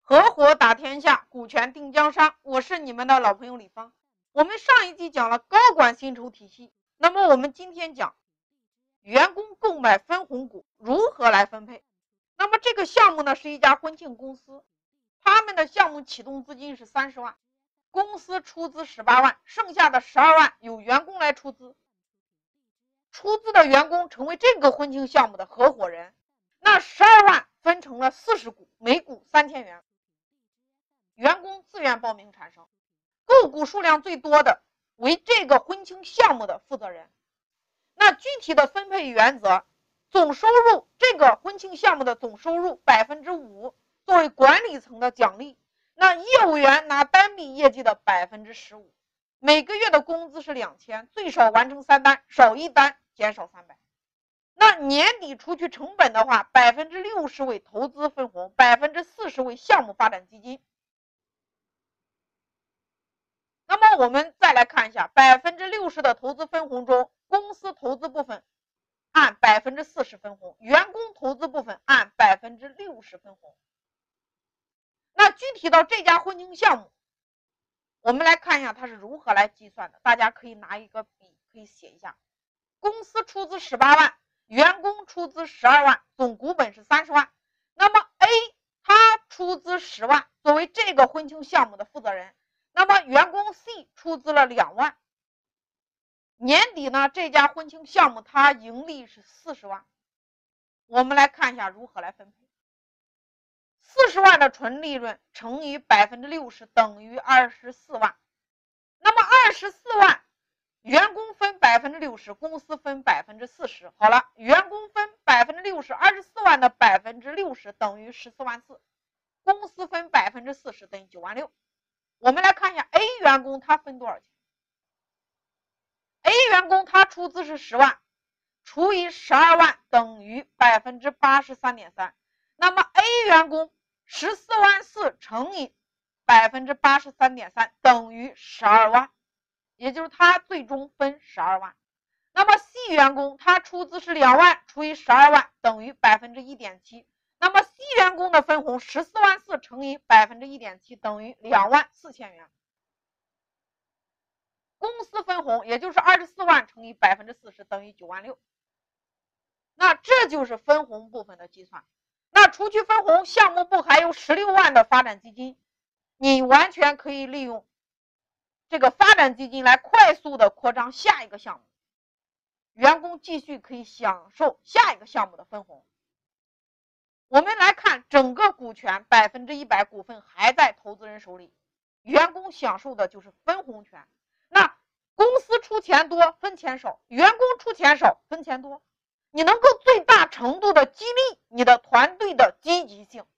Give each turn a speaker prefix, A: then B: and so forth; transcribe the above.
A: 合伙打天下，股权定江山。我是你们的老朋友李芳。我们上一集讲了高管薪酬体系，那么我们今天讲员工购买分红股如何来分配。那么这个项目呢，是一家婚庆公司，他们的项目启动资金是30万，公司出资18万，剩下的12万由员工来出资。出资的员工成为这个婚庆项目的合伙人，那12万分成了40股，每股3000元。员工自愿报名产生，购股数量最多的为这个婚庆项目的负责人。那具体的分配原则，总收入，这个婚庆项目的总收入 5% 作为管理层的奖励，那业务员拿单笔业绩的 15%， 每个月的工资是2000，最少完成3单，少1单减少300。那年底除去成本的话， 60% 为投资分红， 40% 为项目发展基金。那么我们再来看一下 60% 的投资分红中，公司投资部分按 40% 分红，员工投资部分按 60% 分红。那具体到这家婚庆项目，我们来看一下它是如何来计算的，大家可以拿一个笔可以写一下。公司出资18万，员工出资12万，总股本是30万。那么 A 他出资10万，作为这个婚庆项目的负责人，那么员工 C 出资了2万。年底呢，这家婚庆项目它盈利是40万。我们来看一下如何来分配。40万的纯利润乘以 60% 等于24万。那么24万员工分 60%， 公司分 40%。 好了，员工分 60%， 24万的 60% 等于14万4，公司分 40% 等于9万6。我们来看一下 A 员工他分多少钱。 A 员工他出资是10万，除以12万等于 83.3%。 那么 A 员工14万4乘以 83.3% 等于12万，也就是他最终分12万。那么 C 员工他出资是2万，除以12万等于 1.7%。那么 C 员工的分红14万4乘以 1.7% 等于2万4千元。公司分红也就是24万乘以 40% 等于9万6。那这就是分红部分的计算。那除去分红，项目部还有16万的发展基金，你完全可以利用这个发展基金来快速的扩张下一个项目，员工继续可以享受下一个项目的分红。我们来看整个股权 100% 股份还在投资人手里，员工享受的就是分红权。那公司出钱多分钱少，员工出钱少分钱多，你能够最大程度的激励你的团队的积极性。